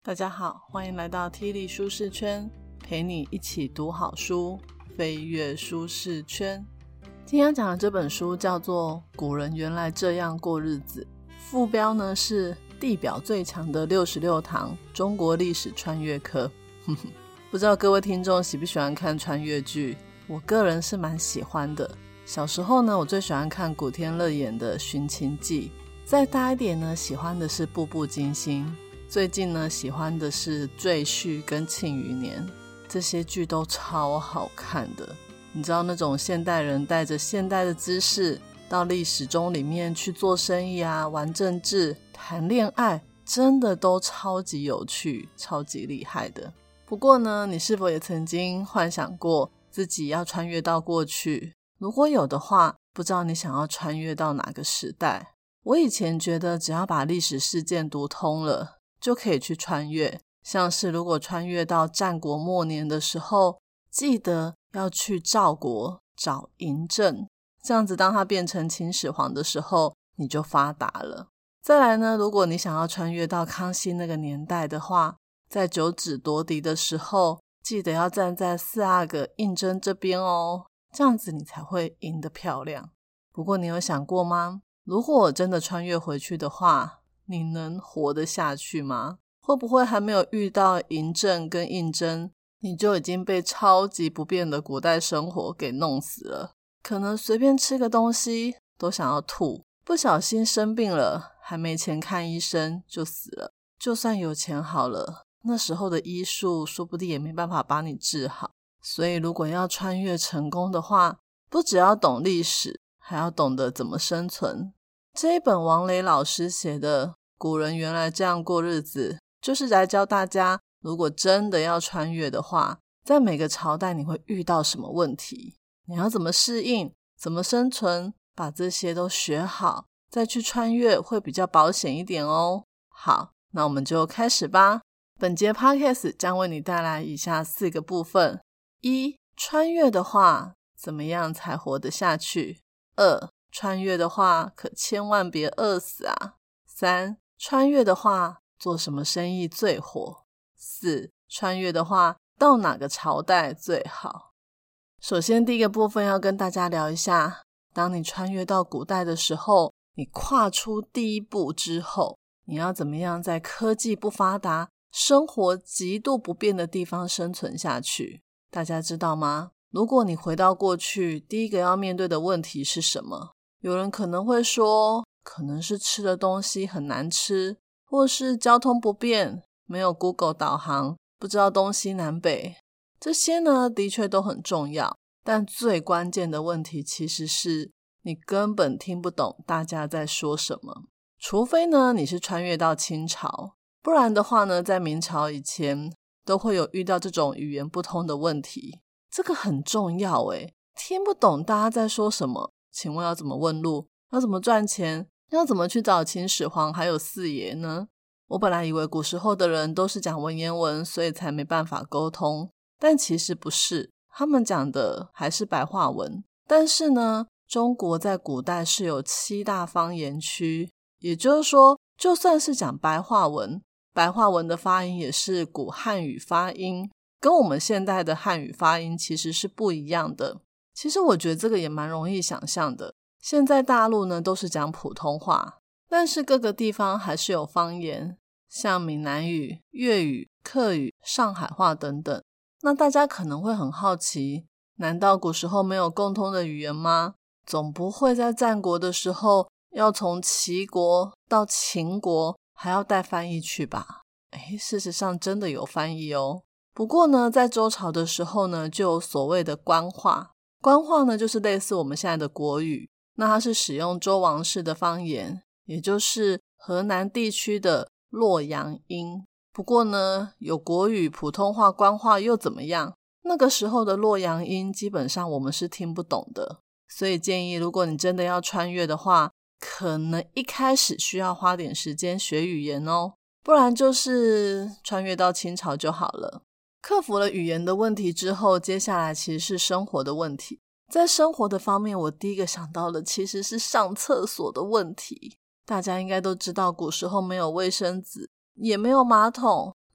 大家好，欢迎来到 T 力舒适圈，陪你一起读好书，飞跃舒适圈。今天要讲的这本书叫做《古人原来这样过日子》，副标呢是地表最强的66堂中国历史穿越课。不知道各位听众喜不喜欢看穿越剧？我个人是蛮喜欢的。小时候呢，我最喜欢看古天乐演的《寻秦记》，再大一点呢，喜欢的是《步步惊心》，最近呢，喜欢的是《赘婿》跟《庆余年》，这些剧都超好看的。你知道那种现代人带着现代的知识到历史中里面去做生意啊，玩政治，谈恋爱，真的都超级有趣，超级厉害的。不过呢，你是否也曾经幻想过自己要穿越到过去？如果有的话，不知道你想要穿越到哪个时代？我以前觉得只要把历史事件读通了就可以去穿越，像是如果穿越到战国末年的时候，记得要去赵国找嬴政，这样子当他变成秦始皇的时候，你就发达了。再来呢，如果你想要穿越到康熙那个年代的话，在九子夺嫡的时候，记得要站在四阿哥胤禛这边哦，这样子你才会赢得漂亮。不过你有想过吗？如果我真的穿越回去的话，你能活得下去吗？会不会还没有遇到嬴政跟胤禛，你就已经被超级不便的古代生活给弄死了？可能随便吃个东西都想要吐，不小心生病了，还没钱看医生就死了。就算有钱好了，那时候的医术说不定也没办法把你治好。所以如果要穿越成功的话，不只要懂历史，还要懂得怎么生存。这一本王雷老师写的《古人原来这样过日子》，就是来教大家，如果真的要穿越的话，在每个朝代你会遇到什么问题，你要怎么适应，怎么生存，把这些都学好，再去穿越会比较保险一点哦。好，那我们就开始吧。本节 Podcast 将为你带来以下4个部分： 1. 穿越的话怎么样才活得下去？ 2. 穿越的话可千万别饿死啊。 3. 穿越的话做什么生意最火？ 4. 穿越的话到哪个朝代最好？首先第一个部分要跟大家聊一下，当你穿越到古代的时候，你跨出第一步之后，你要怎么样在科技不发达、生活极度不便的地方生存下去？大家知道吗？如果你回到过去，第一个要面对的问题是什么？有人可能会说，可能是吃的东西很难吃，或是交通不便，没有 Google 导航，不知道东西南北。这些呢，的确都很重要，但最关键的问题其实是你根本听不懂大家在说什么。除非呢，你是穿越到清朝，不然的话呢，在明朝以前都会有遇到这种语言不通的问题。这个很重要耶，听不懂大家在说什么，请问要怎么问路？要怎么赚钱？要怎么去找秦始皇还有四爷呢？我本来以为古时候的人都是讲文言文，所以才没办法沟通，但其实不是，他们讲的还是白话文。但是呢，中国在古代是有7大方言区，也就是说，就算是讲白话文，白话文的发音也是古汉语发音，跟我们现代的汉语发音其实是不一样的。其实我觉得这个也蛮容易想象的，现在大陆呢都是讲普通话，但是各个地方还是有方言，像闽南语、粤语、客语、上海话等等。那大家可能会很好奇，难道古时候没有共通的语言吗？总不会在战国的时候要从齐国到秦国还要带翻译去吧？事实上真的有翻译哦。不过呢，在周朝的时候呢，就有所谓的官话。官话呢，就是类似我们现在的国语，那它是使用周王室的方言，也就是河南地区的洛阳音。不过呢，有国语、普通话、官话又怎么样？那个时候的洛阳音基本上我们是听不懂的，所以建议如果你真的要穿越的话，可能一开始需要花点时间学语言哦，不然就是穿越到清朝就好了。克服了语言的问题之后，接下来其实是生活的问题。在生活的方面，我第一个想到的其实是上厕所的问题。大家应该都知道，古时候没有卫生纸，也没有马桶，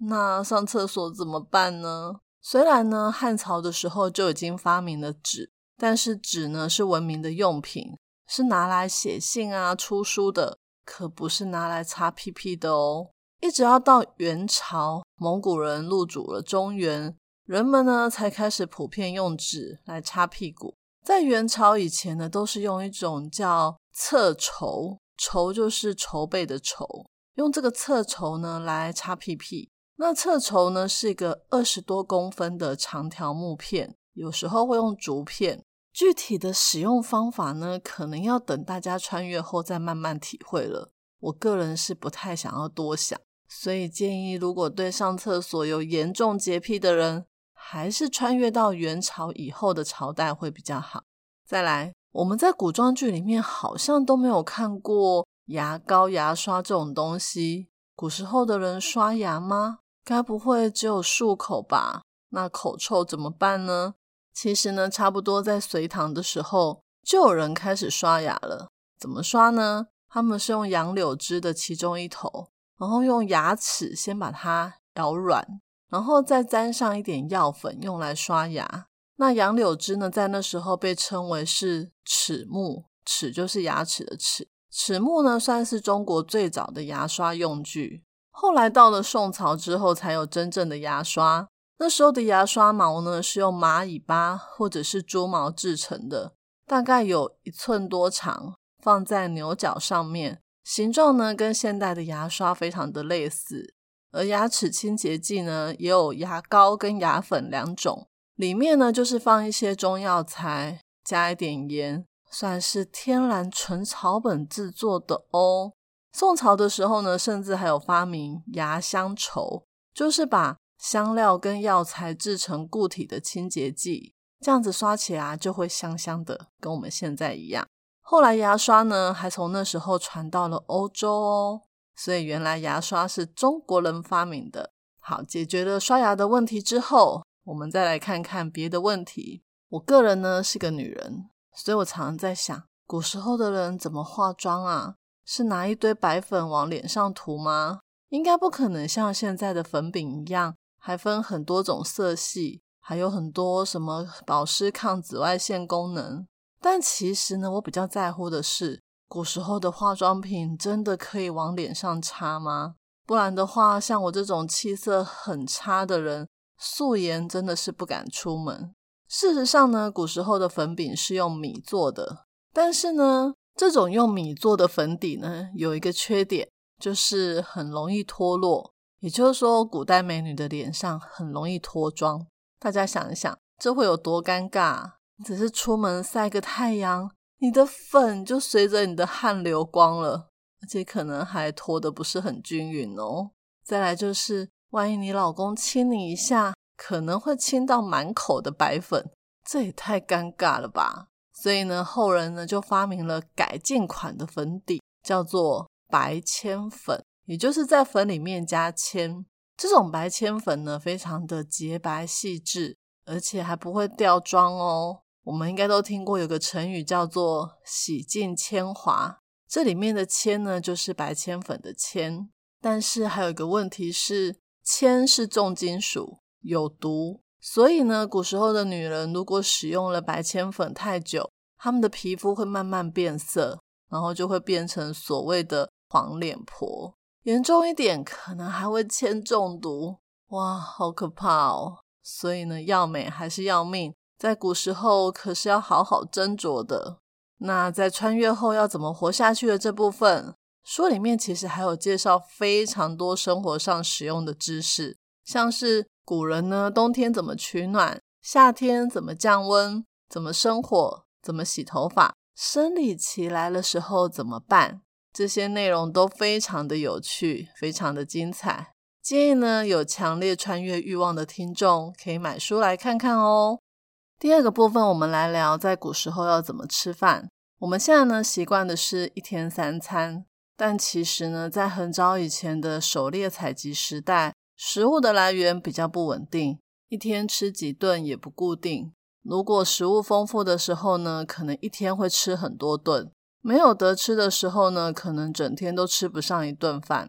那上厕所怎么办呢？虽然呢汉朝的时候就已经发明了纸，但是纸呢是文明的用品，是拿来写信啊出书的，可不是拿来擦屁屁的哦。一直要到元朝，蒙古人入主了中原，人们呢才开始普遍用纸来擦屁股。在元朝以前呢，都是用一种叫侧筹，筹就是筹备的筹，用这个侧筹呢来擦屁屁。那侧筹呢是一个20多公分的长条木片，有时候会用竹片。具体的使用方法呢，可能要等大家穿越后再慢慢体会了。我个人是不太想要多想，所以建议如果对上厕所有严重洁癖的人，还是穿越到元朝以后的朝代会比较好。再来，我们在古装剧里面好像都没有看过牙膏、牙刷这种东西。古时候的人刷牙吗？该不会只有漱口吧？那口臭怎么办呢？其实呢，差不多在隋唐的时候，就有人开始刷牙了。怎么刷呢？他们是用杨柳枝的其中一头，然后用牙齿先把它咬软，然后再沾上一点药粉用来刷牙。那杨柳枝呢，在那时候被称为是齿木，齿就是牙齿的齿。齿木呢，算是中国最早的牙刷用具。后来到了宋朝之后，才有真正的牙刷。那时候的牙刷毛呢，是用马尾巴或者是猪毛制成的，大概有1寸多长，放在牛角上面，形状呢跟现代的牙刷非常的类似。而牙齿清洁剂呢，也有牙膏跟牙粉2种，里面呢就是放一些中药材，加一点盐，算是天然纯草本制作的哦。宋朝的时候呢，甚至还有发明牙香稠，就是把香料跟药材制成固体的清洁剂，这样子刷起来就会香香的，跟我们现在一样。后来牙刷呢，还从那时候传到了欧洲哦，所以原来牙刷是中国人发明的。好，解决了刷牙的问题之后，我们再来看看别的问题。我个人呢是个女人，所以我常常在想，古时候的人怎么化妆啊？是拿一堆白粉往脸上涂吗？应该不可能像现在的粉饼一样，还分很多种色系，还有很多什么保湿抗紫外线功能。但其实呢，我比较在乎的是，古时候的化妆品真的可以往脸上擦吗？不然的话，像我这种气色很差的人，素颜真的是不敢出门。事实上呢，古时候的粉饼是用米做的，但是呢，这种用米做的粉底呢，有一个缺点，就是很容易脱落。也就是说，古代美女的脸上很容易脱妆。大家想一想，这会有多尴尬啊？只是出门晒个太阳，你的粉就随着你的汗流光了，而且可能还脱得不是很均匀哦。再来就是，万一你老公亲你一下，可能会亲到满口的白粉，这也太尴尬了吧。所以呢，后人呢就发明了改进款的粉底，叫做白铅粉，也就是在粉里面加铅。这种白铅粉呢，非常的洁白细致，而且还不会掉妆哦。我们应该都听过有个成语叫做洗尽铅华，这里面的铅呢就是白铅粉的铅。但是还有一个问题是，铅是重金属，有毒，所以呢，古时候的女人如果使用了白铅粉太久，她们的皮肤会慢慢变色，然后就会变成所谓的黄脸婆，严重一点可能还会铅中毒。哇，好可怕哦。所以呢，要美还是要命，在古时候可是要好好斟酌的。那在穿越后要怎么活下去的这部分，书里面其实还有介绍非常多生活上使用的知识，像是古人呢冬天怎么取暖，夏天怎么降温，怎么生火，怎么洗头发，生理期来的时候怎么办，这些内容都非常的有趣，非常的精彩。建议呢，有强烈穿越欲望的听众可以买书来看看哦。第二个部分，我们来聊在古时候要怎么吃饭。我们现在呢习惯的是1天3餐，但其实呢，在很早以前的狩猎采集时代，食物的来源比较不稳定，一天吃几顿也不固定。如果食物丰富的时候呢，可能一天会吃很多顿，没有得吃的时候呢，可能整天都吃不上一顿饭。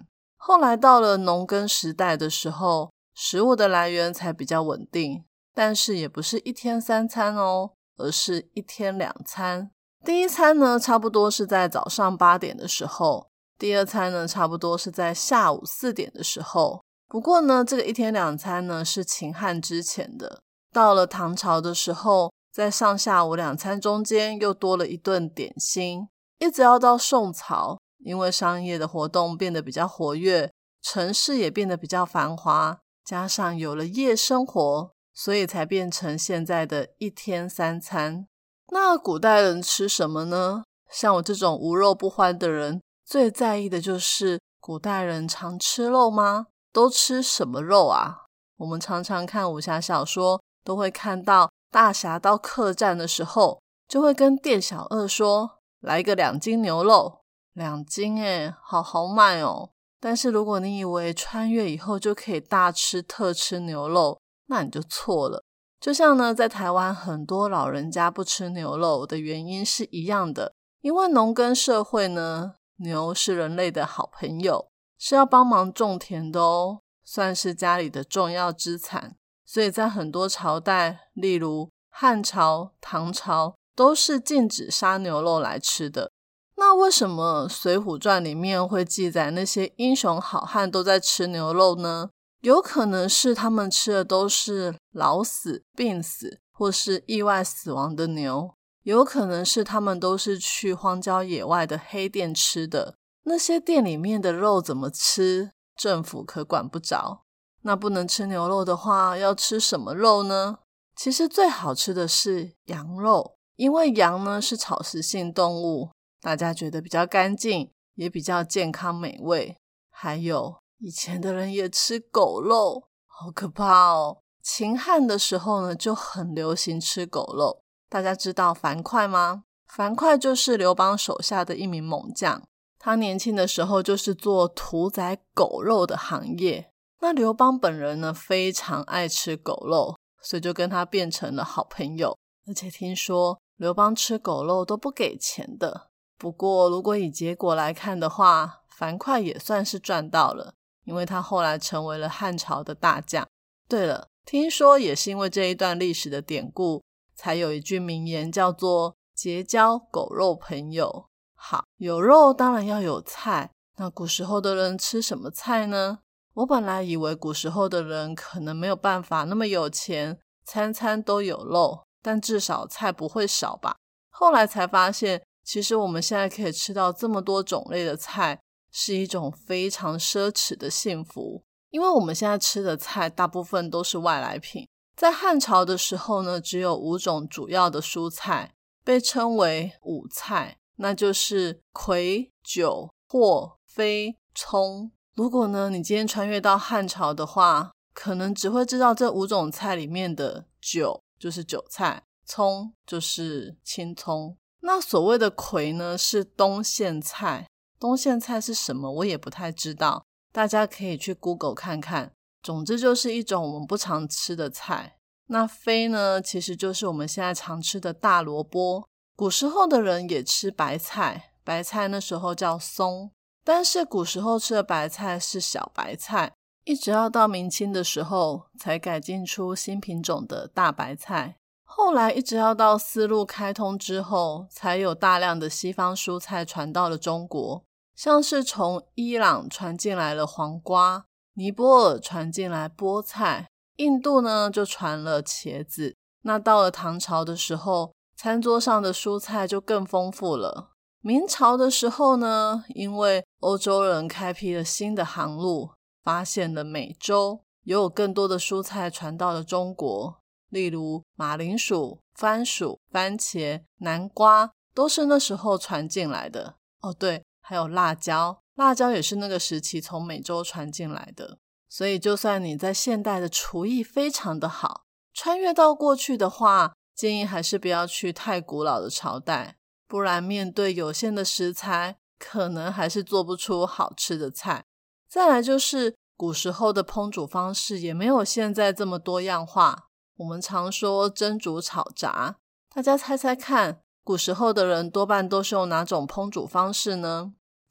后来到了农耕时代的时候，食物的来源才比较稳定，但是也不是一天3餐哦，而是一天2餐。第一餐呢，差不多是在早上8点的时候，第二餐呢，差不多是在下午4点的时候。不过呢，这个一天2餐呢，是秦汉之前的。到了唐朝的时候，在上下午2餐中间又多了一顿点心。一直要到宋朝，因为商业的活动变得比较活跃，城市也变得比较繁华，加上有了夜生活，所以才变成现在的一天3餐。那古代人吃什么呢？像我这种无肉不欢的人，最在意的就是古代人常吃肉吗？都吃什么肉啊？我们常常看武侠小说，都会看到大侠到客栈的时候，就会跟店小二说，来一个2斤牛肉。2斤耶，好豪迈哦。但是如果你以为穿越以后就可以大吃特吃牛肉，那你就错了。就像呢，在台湾很多老人家不吃牛肉的原因是一样的，因为农耕社会呢，牛是人类的好朋友，是要帮忙种田的哦，算是家里的重要资产。所以在很多朝代，例如汉朝、唐朝，都是禁止杀牛肉来吃的。那为什么《水浒传》里面会记载那些英雄好汉都在吃牛肉呢？有可能是他们吃的都是老死、病死或是意外死亡的牛，有可能是他们都是去荒郊野外的黑店吃的。那些店里面的肉怎么吃，政府可管不着。那不能吃牛肉的话，要吃什么肉呢？其实最好吃的是羊肉，因为羊呢是草食性动物，大家觉得比较干净，也比较健康美味。还有以前的人也吃狗肉，好可怕哦。秦汉的时候呢，就很流行吃狗肉。大家知道樊哙吗？樊哙就是刘邦手下的一名猛将，他年轻的时候就是做屠宰狗肉的行业。那刘邦本人呢，非常爱吃狗肉，所以就跟他变成了好朋友。而且听说刘邦吃狗肉都不给钱的。不过如果以结果来看的话，樊哙也算是赚到了，因为他后来成为了汉朝的大将。对了，听说也是因为这一段历史的典故，才有一句名言叫做结交狗肉朋友。好，有肉当然要有菜，那古时候的人吃什么菜呢？我本来以为古时候的人可能没有办法那么有钱，餐餐都有肉，但至少菜不会少吧。后来才发现，其实我们现在可以吃到这么多种类的菜，是一种非常奢侈的幸福。因为我们现在吃的菜大部分都是外来品。在汉朝的时候呢，只有5种主要的蔬菜，被称为5菜，那就是葵、韭、藿、非、葱。如果呢你今天穿越到汉朝的话，可能只会知道这5种菜里面的韭就是韭菜，葱就是青葱。那所谓的葵呢，是冬苋菜。冬苋菜是什么我也不太知道，大家可以去 Google 看看。总之就是一种我们不常吃的菜。那非呢，其实就是我们现在常吃的大萝卜。古时候的人也吃白菜，白菜那时候叫松，但是古时候吃的白菜是小白菜，一直要到明清的时候才改进出新品种的大白菜。后来一直要到丝路开通之后，才有大量的西方蔬菜传到了中国，像是从伊朗传进来了黄瓜，尼泊尔传进来菠菜，印度呢就传了茄子。那到了唐朝的时候，餐桌上的蔬菜就更丰富了。明朝的时候呢，因为欧洲人开辟了新的航路，发现了美洲，也有更多的蔬菜传到了中国，例如马铃薯、番薯、番茄、南瓜都是那时候传进来的。哦对，还有辣椒，辣椒也是那个时期从美洲传进来的。所以就算你在现代的厨艺非常的好，穿越到过去的话，建议还是不要去太古老的朝代，不然面对有限的食材，可能还是做不出好吃的菜。再来就是古时候的烹煮方式也没有现在这么多样化，我们常说蒸煮炒炸，大家猜猜看，古时候的人多半都是用哪种烹煮方式呢？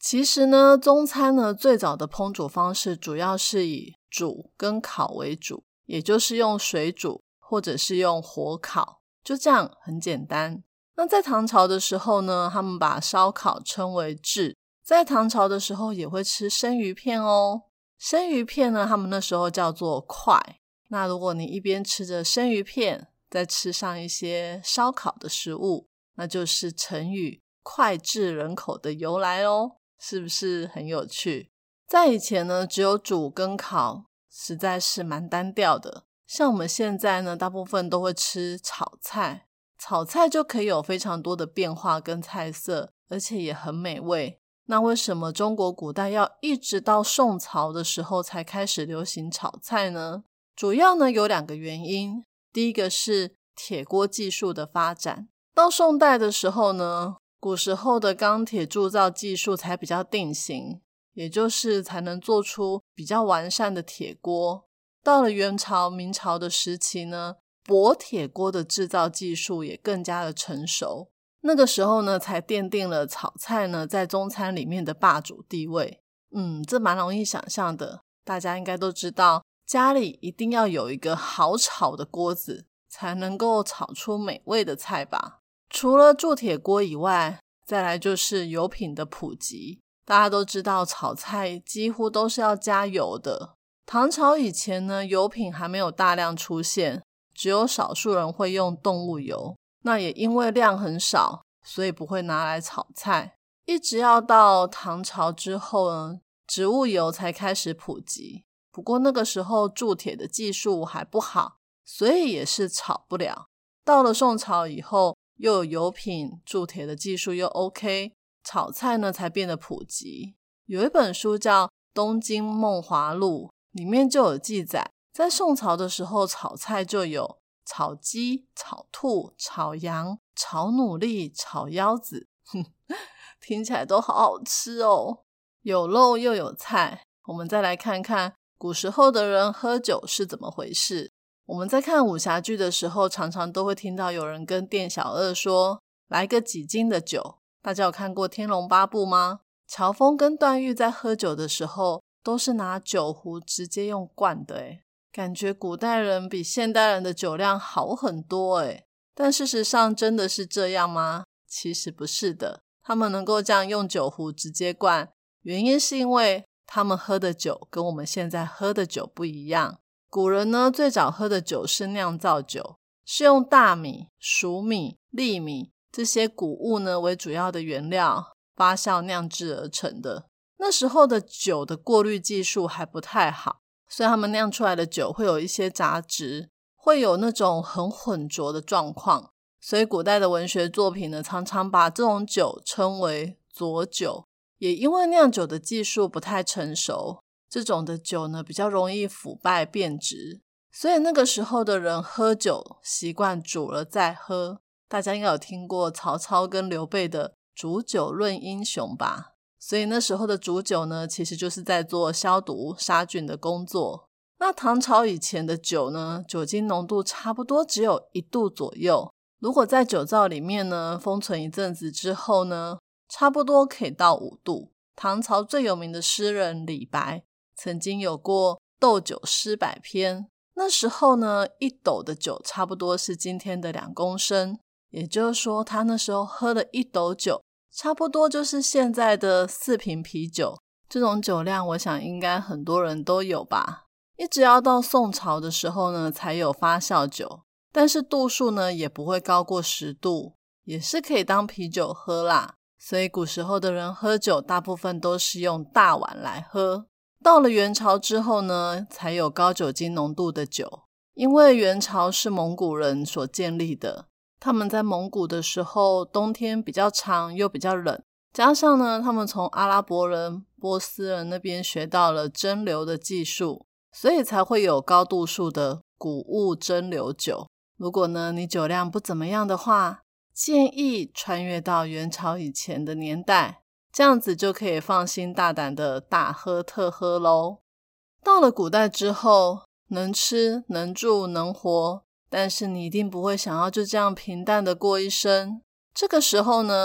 其实呢，中餐呢最早的烹煮方式主要是以煮跟烤为主，也就是用水煮或者是用火烤，就这样很简单。那在唐朝的时候呢，他们把烧烤称为炙，在唐朝的时候也会吃生鱼片哦。生鱼片呢，他们那时候叫做块。那如果你一边吃着生鱼片，再吃上一些烧烤的食物，那就是成语脍炙人口的由来咯，是不是很有趣？在以前呢，只有煮跟烤，实在是蛮单调的。像我们现在呢，大部分都会吃炒菜，炒菜就可以有非常多的变化跟菜色，而且也很美味。那为什么中国古代要一直到宋朝的时候才开始流行炒菜呢？主要呢有2个原因。第一个是铁锅技术的发展，到宋代的时候呢，古时候的钢铁铸造技术才比较定型，也就是才能做出比较完善的铁锅。到了元朝、明朝的时期呢，薄铁锅的制造技术也更加的成熟。那个时候呢，才奠定了炒菜呢在中餐里面的霸主地位。这蛮容易想象的，大家应该都知道，家里一定要有一个好炒的锅子，才能够炒出美味的菜吧。除了铸铁锅以外，再来就是油品的普及。大家都知道炒菜几乎都是要加油的。唐朝以前呢，油品还没有大量出现，只有少数人会用动物油，那也因为量很少，所以不会拿来炒菜。一直要到唐朝之后呢，植物油才开始普及。不过那个时候铸铁的技术还不好，所以也是炒不了。到了宋朝以后，又有油品，铸铁的技术又 OK， 炒菜呢才变得普及。有一本书叫《东京梦华录》，里面就有记载，在宋朝的时候炒菜就有炒鸡、炒兔、炒羊、炒牡蛎、炒腰子听起来都好好吃哦。有肉又有菜。我们再来看看古时候的人喝酒是怎么回事。我们在看武侠剧的时候，常常都会听到有人跟店小二说，来个几斤的酒。大家有看过《天龙八部》吗？乔峰跟段誉在喝酒的时候，都是拿酒壶直接用灌的耶，感觉古代人比现代人的酒量好很多耶。但事实上真的是这样吗？其实不是的。他们能够这样用酒壶直接灌，原因是因为他们喝的酒跟我们现在喝的酒不一样。古人呢，最早喝的酒是酿造酒，是用大米、黍米、粒米这些谷物呢为主要的原料发酵酿制而成的。那时候的酒的过滤技术还不太好，所以他们酿出来的酒会有一些杂质，会有那种很混浊的状况。所以古代的文学作品呢，常常把这种酒称为浊酒。也因为酿酒的技术不太成熟，这种的酒呢比较容易腐败变质，所以那个时候的人喝酒习惯煮了再喝。大家应该有听过曹操跟刘备的煮酒论英雄吧？所以那时候的煮酒呢，其实就是在做消毒杀菌的工作。那唐朝以前的酒呢，酒精浓度差不多只有1度左右，如果在酒造里面呢封存一阵子之后呢，差不多可以到5度。唐朝最有名的诗人李白曾经有过斗酒诗100篇，那时候呢1斗的酒差不多是今天的2公升，也就是说他那时候喝了1斗酒，差不多就是现在的4瓶啤酒。这种酒量我想应该很多人都有吧。一直要到宋朝的时候呢才有发酵酒，但是度数呢也不会高过10度，也是可以当啤酒喝啦。所以古时候的人喝酒大部分都是用大碗来喝。到了元朝之后呢，才有高酒精浓度的酒。因为元朝是蒙古人所建立的，他们在蒙古的时候冬天比较长又比较冷，加上呢他们从阿拉伯人、波斯人那边学到了蒸馏的技术，所以才会有高度数的谷物蒸馏酒。如果呢你酒量不怎么样的话，建议穿越到元朝以前的年代，这样子就可以放心大胆的大喝特喝咯。到了古代之后，能吃能住能活，但是你一定不会想要就这样平淡的过一生。这个时候呢，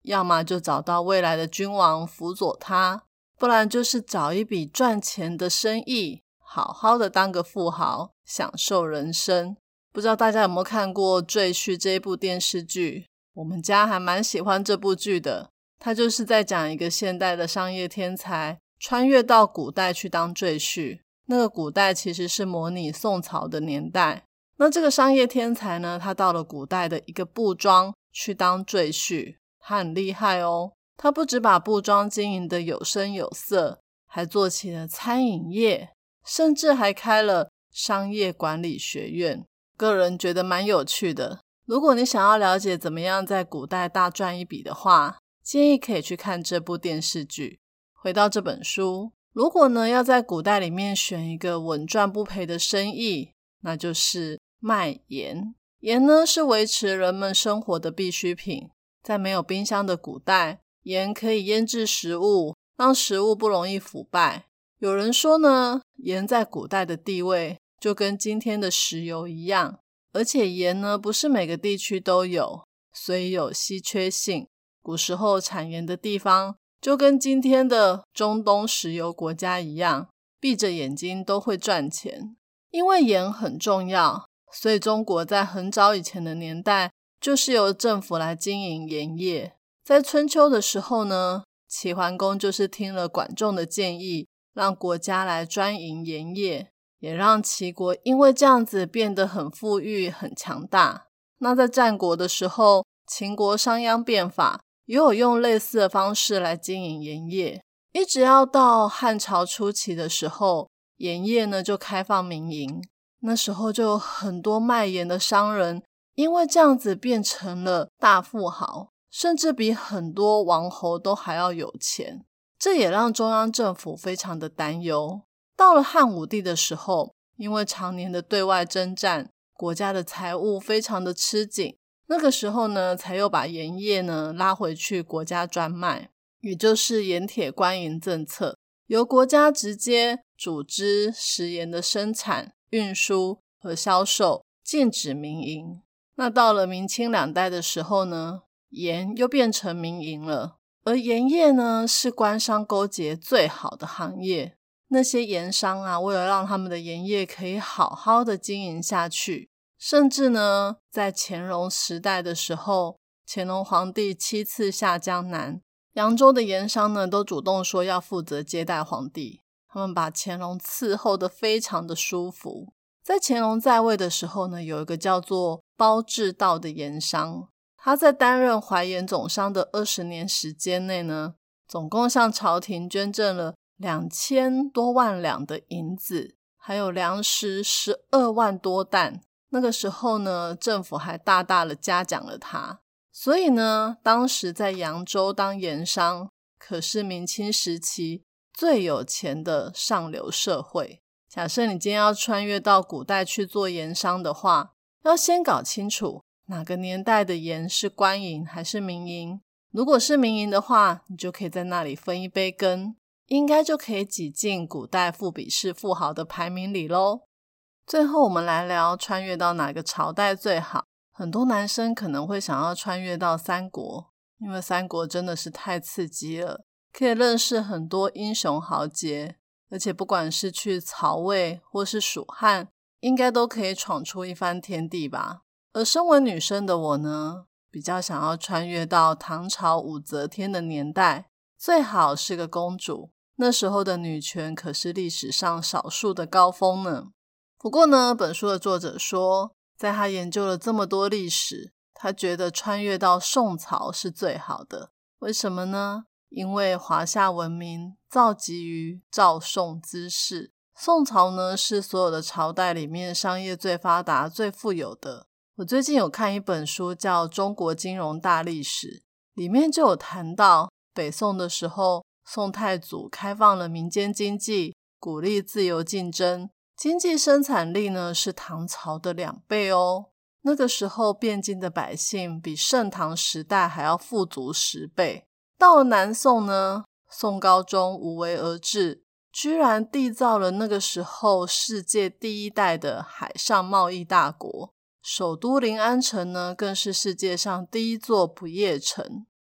要么就找到未来的君王辅佐他，不然就是找一笔赚钱的生意，好好的当个富豪，享受人生。不知道大家有没有看过《赘婿》这一部电视剧？我们家还蛮喜欢这部剧的。它就是在讲一个现代的商业天才穿越到古代去当赘婿，那个古代其实是模拟宋朝的年代。那这个商业天才呢，他到了古代的一个布庄去当赘婿，他很厉害哦。他不只把布庄经营得有声有色，还做起了餐饮业，甚至还开了商业管理学院。个人觉得蛮有趣的。如果你想要了解怎么样在古代大赚一笔的话，建议可以去看这部电视剧。回到这本书，如果呢要在古代里面选一个稳赚不赔的生意，那就是卖盐。盐呢是维持人们生活的必需品，在没有冰箱的古代，盐可以腌制食物，让食物不容易腐败。有人说呢，盐在古代的地位就跟今天的石油一样，而且盐呢不是每个地区都有，所以有稀缺性。古时候产盐的地方就跟今天的中东石油国家一样，闭着眼睛都会赚钱。因为盐很重要，所以中国在很早以前的年代就是由政府来经营盐业。在春秋的时候呢，齐桓公就是听了管仲的建议，让国家来专营盐业，也让齐国因为这样子变得很富裕很强大。那在战国的时候，秦国商鞅变法也有用类似的方式来经营盐业，一直要到汉朝初期的时候，盐业呢就开放民营。那时候就有很多卖盐的商人，因为这样子变成了大富豪，甚至比很多王侯都还要有钱。这也让中央政府非常的担忧。到了汉武帝的时候，因为常年的对外征战，国家的财务非常的吃紧，那个时候呢才又把盐业呢拉回去国家专卖，也就是盐铁官营政策，由国家直接组织食盐的生产、运输和销售，禁止民营。那到了明清两代的时候呢，盐又变成民营了。而盐业呢是官商勾结最好的行业，那些盐商啊，为了让他们的盐业可以好好的经营下去，甚至呢在乾隆时代的时候，乾隆皇帝7次下江南，扬州的盐商呢都主动说要负责接待皇帝，他们把乾隆伺候得非常的舒服。在乾隆在位的时候呢，有一个叫做包致道的盐商，他在担任淮盐总商的20年时间内呢，总共向朝廷捐赠了2000多万两的银子，还有粮食12万多担。那个时候呢，政府还大大的嘉奖了他。所以呢，当时在扬州当盐商可是明清时期最有钱的上流社会。假设你今天要穿越到古代去做盐商的话，要先搞清楚哪个年代的盐是官营还是民营。如果是民营的话，你就可以在那里分一杯羹，应该就可以挤进古代富比士富豪的排名里咯。最后我们来聊穿越到哪个朝代最好。很多男生可能会想要穿越到三国，因为三国真的是太刺激了，可以认识很多英雄豪杰，而且不管是去曹魏或是蜀汉，应该都可以闯出一番天地吧。而身为女生的我呢，比较想要穿越到唐朝武则天的年代，最好是个公主，那时候的女权可是历史上少数的高峰呢。不过呢，本书的作者说，在他研究了这么多历史，他觉得穿越到宋朝是最好的。为什么呢？因为华夏文明造极于赵宋之世，宋朝呢是所有的朝代里面商业最发达最富有的。我最近有看一本书叫《中国金融大历史》，里面就有谈到北宋的时候，宋太祖开放了民间经济，鼓励自由竞争，经济生产力呢是唐朝的2倍哦。那个时候汴京的百姓比盛唐时代还要富足10倍。到了南宋呢，宋高宗无为而治，居然缔造了那个时候世界第1代的海上贸易大国，首都临安城呢更是世界上第1座不夜城。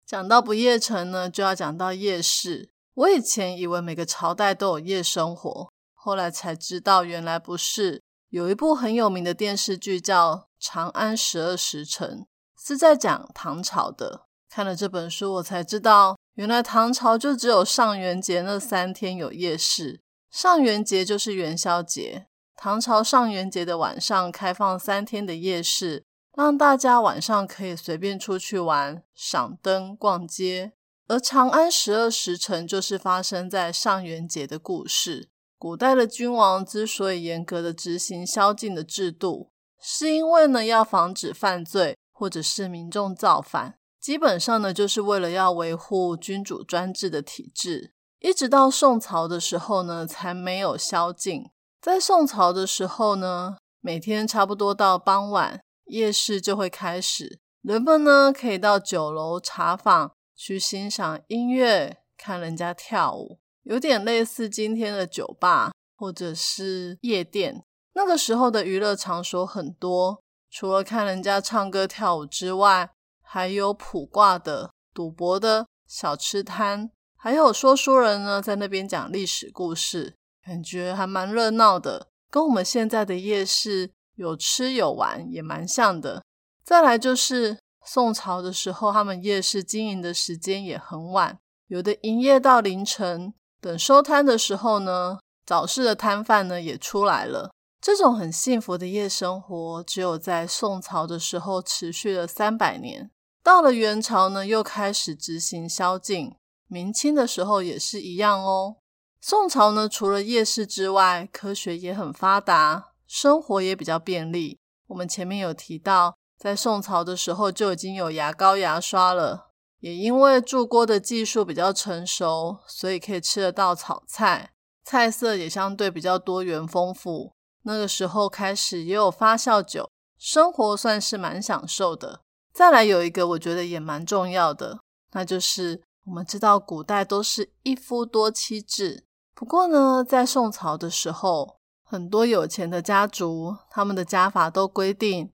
讲到不夜城呢，就要讲到夜市。我以前以为每个朝代都有夜生活，后来才知道原来不是。有一部很有名的电视剧叫《长安12时辰》，是在讲唐朝的。看了这本书我才知道，原来唐朝就只有上元节那3天有夜市。上元节就是元宵节，唐朝上元节的晚上开放3天的夜市，让大家晚上可以随便出去玩、赏灯、逛街。而长安12时辰就是发生在上元节的故事。古代的君王之所以严格的执行宵禁的制度，是因为呢要防止犯罪或者是民众造反，基本上呢就是为了要维护君主专制的体制。一直到宋朝的时候呢才没有宵禁。在宋朝的时候呢，每天差不多到傍晚，夜市就会开始，人们呢可以到酒楼茶坊去欣赏音乐，看人家跳舞，有点类似今天的酒吧或者是夜店。那个时候的娱乐场所很多，除了看人家唱歌跳舞之外，还有卜卦的、赌博的、小吃摊，还有说书人呢在那边讲历史故事，感觉还蛮热闹的，跟我们现在的夜市有吃有玩也蛮像的。再来就是宋朝的时候，他们夜市经营的时间也很晚，有的营业到凌晨，等收摊的时候呢，早市的摊贩呢也出来了。这种很幸福的夜生活只有在宋朝的时候持续了300年，到了元朝呢又开始执行宵禁，明清的时候也是一样哦。宋朝呢除了夜市之外，科学也很发达，生活也比较便利。我们前面有提到，在宋朝的时候就已经有牙膏牙刷了，也因为铸锅的技术比较成熟，所以可以吃得到炒菜，菜色也相对比较多元丰富。那个时候开始也有发酵酒，生活算是蛮享受的。再来有一个我觉得也蛮重要的，那就是我们知道古代都是一夫多妻制，不过呢在宋朝的时候，很多有钱的家族他们的家法都规定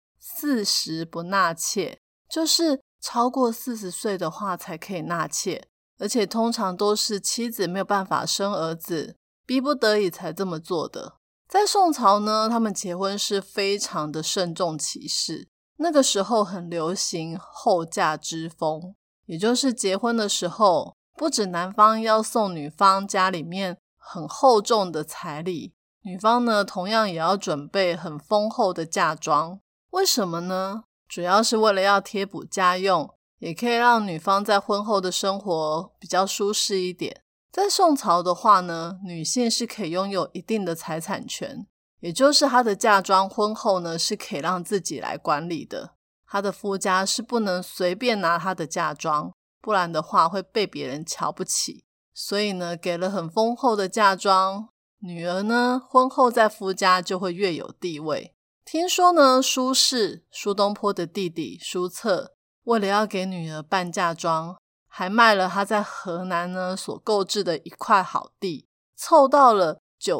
40不纳妾，就是超过40岁的话才可以纳妾，而且通常都是妻子没有办法生儿子，逼不得已才这么做的。在宋朝呢，他们结婚是非常的慎重其事，那个时候很流行后嫁之风，也就是结婚的时候，不止男方要送女方家里面很厚重的彩礼，女方呢同样也要准备很丰厚的嫁妆。为什么呢？主要是为了要贴补家用，也可以让女方在婚后的生活比较舒适一点。在宋朝的话呢，女性是可以拥有一定的财产权，也就是她的嫁妆婚后呢是可以让自己来管理的，她的夫家是不能随便拿她的嫁妆，不然的话会被别人瞧不起。所以呢，给了很丰厚的嫁妆，女儿呢婚后在夫家就会越有地位。听说呢，苏轼苏东坡的弟弟苏策，为了要给女儿办嫁妆，还卖了他在河南呢所购置的一块好地，凑到了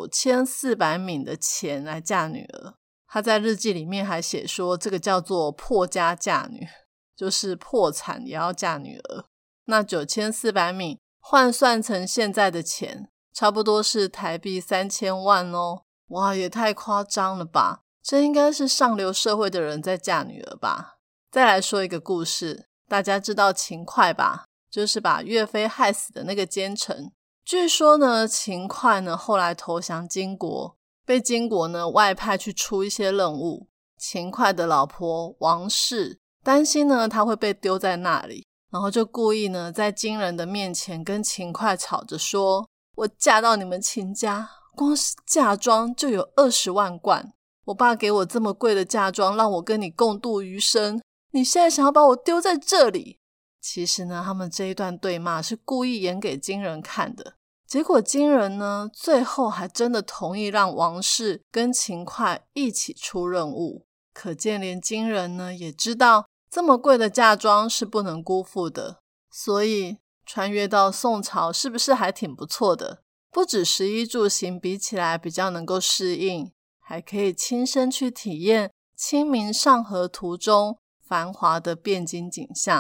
9400缗的钱来嫁女儿。他在日记里面还写说，这个叫做破家嫁女，就是破产也要嫁女儿。那9400缗换算成现在的钱，差不多是台币3000万哦。哇，也太夸张了吧，这应该是上流社会的人在嫁女儿吧。再来说一个故事，大家知道秦桧吧，就是把岳飞害死的那个奸臣。据说呢，秦桧呢后来投降金国，被金国呢外派去出一些任务。秦桧的老婆王氏担心呢他会被丢在那里，然后就故意呢在金人的面前跟秦桧吵着说，我嫁到你们秦家，光是嫁妆就有20万贯，我爸给我这么贵的嫁妆，让我跟你共度余生，你现在想要把我丢在这里。其实呢，他们这一段对骂是故意演给金人看的。结果金人呢，最后还真的同意让王氏跟秦桧一起出任务。可见连金人呢也知道这么贵的嫁妆是不能辜负的。所以穿越到宋朝是不是还挺不错的？不止食衣住行比起来比较能够适应，还可以亲身去体验清明上河图中繁华的汴京景象。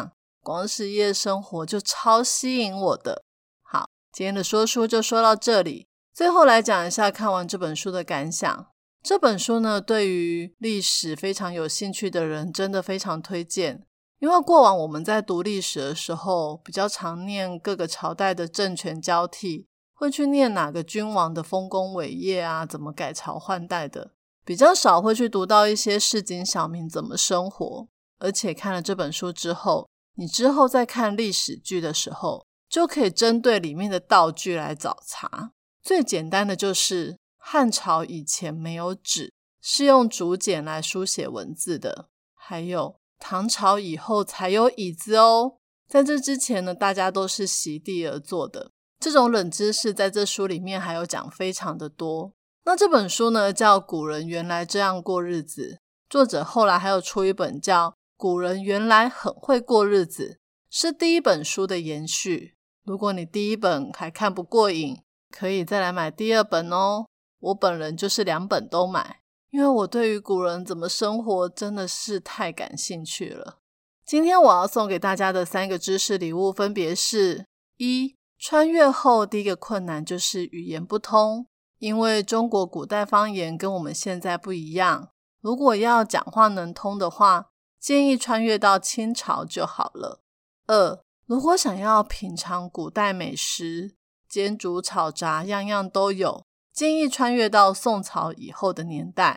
光是夜生活就超吸引我的。好，今天的说书就说到这里，最后来讲一下看完这本书的感想。这本书呢，对于历史非常有兴趣的人真的非常推荐，因为过往我们在读历史的时候比较常念各个朝代的政权交替，会去念哪个君王的丰功伟业啊，怎么改朝换代的，比较少会去读到一些市井小民怎么生活。而且看了这本书之后，你之后在看历史剧的时候就可以针对里面的道具来找茬。最简单的就是汉朝以前没有纸，是用竹简来书写文字的，还有唐朝以后才有椅子哦，在这之前呢，大家都是席地而坐的。这种冷知识在这书里面还有讲非常的多。那这本书呢叫《古人原来这样过日子》，作者后来还有出一本叫《古人原来很会过日子》，是第一本书的延续。如果你第一本还看不过瘾，可以再来买第二本哦。我本人就是2本都买，因为我对于古人怎么生活真的是太感兴趣了。今天我要送给大家的3个知识礼物分别是： 1. 穿越后第一个困难就是语言不通，因为中国古代方言跟我们现在不一样，如果要讲话能通的话，建议穿越到清朝就好了。 2. 如果想要品尝古代美食，煎煮炒炸样样都有，建议穿越到宋朝以后的年代。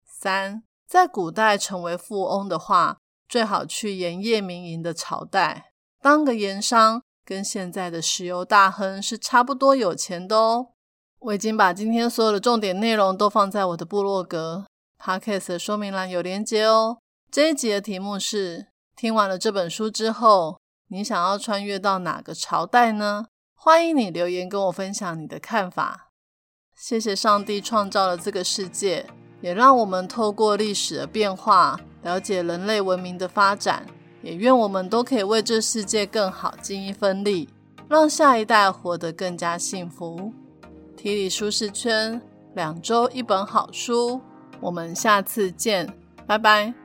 3. 在古代成为富翁的话，最好去盐业民营的朝代，当个盐商跟现在的石油大亨是差不多有钱的哦。我已经把今天所有的重点内容都放在我的部落格 Podcast 的说明栏有连结哦。这一集的题目是：听完了这本书之后，你想要穿越到哪个朝代呢？欢迎你留言跟我分享你的看法。谢谢上帝创造了这个世界，也让我们透过历史的变化了解人类文明的发展，也愿我们都可以为这世界更好尽一份力，让下一代活得更加幸福。体理舒适圈，2周1本好书，我们下次见，拜拜。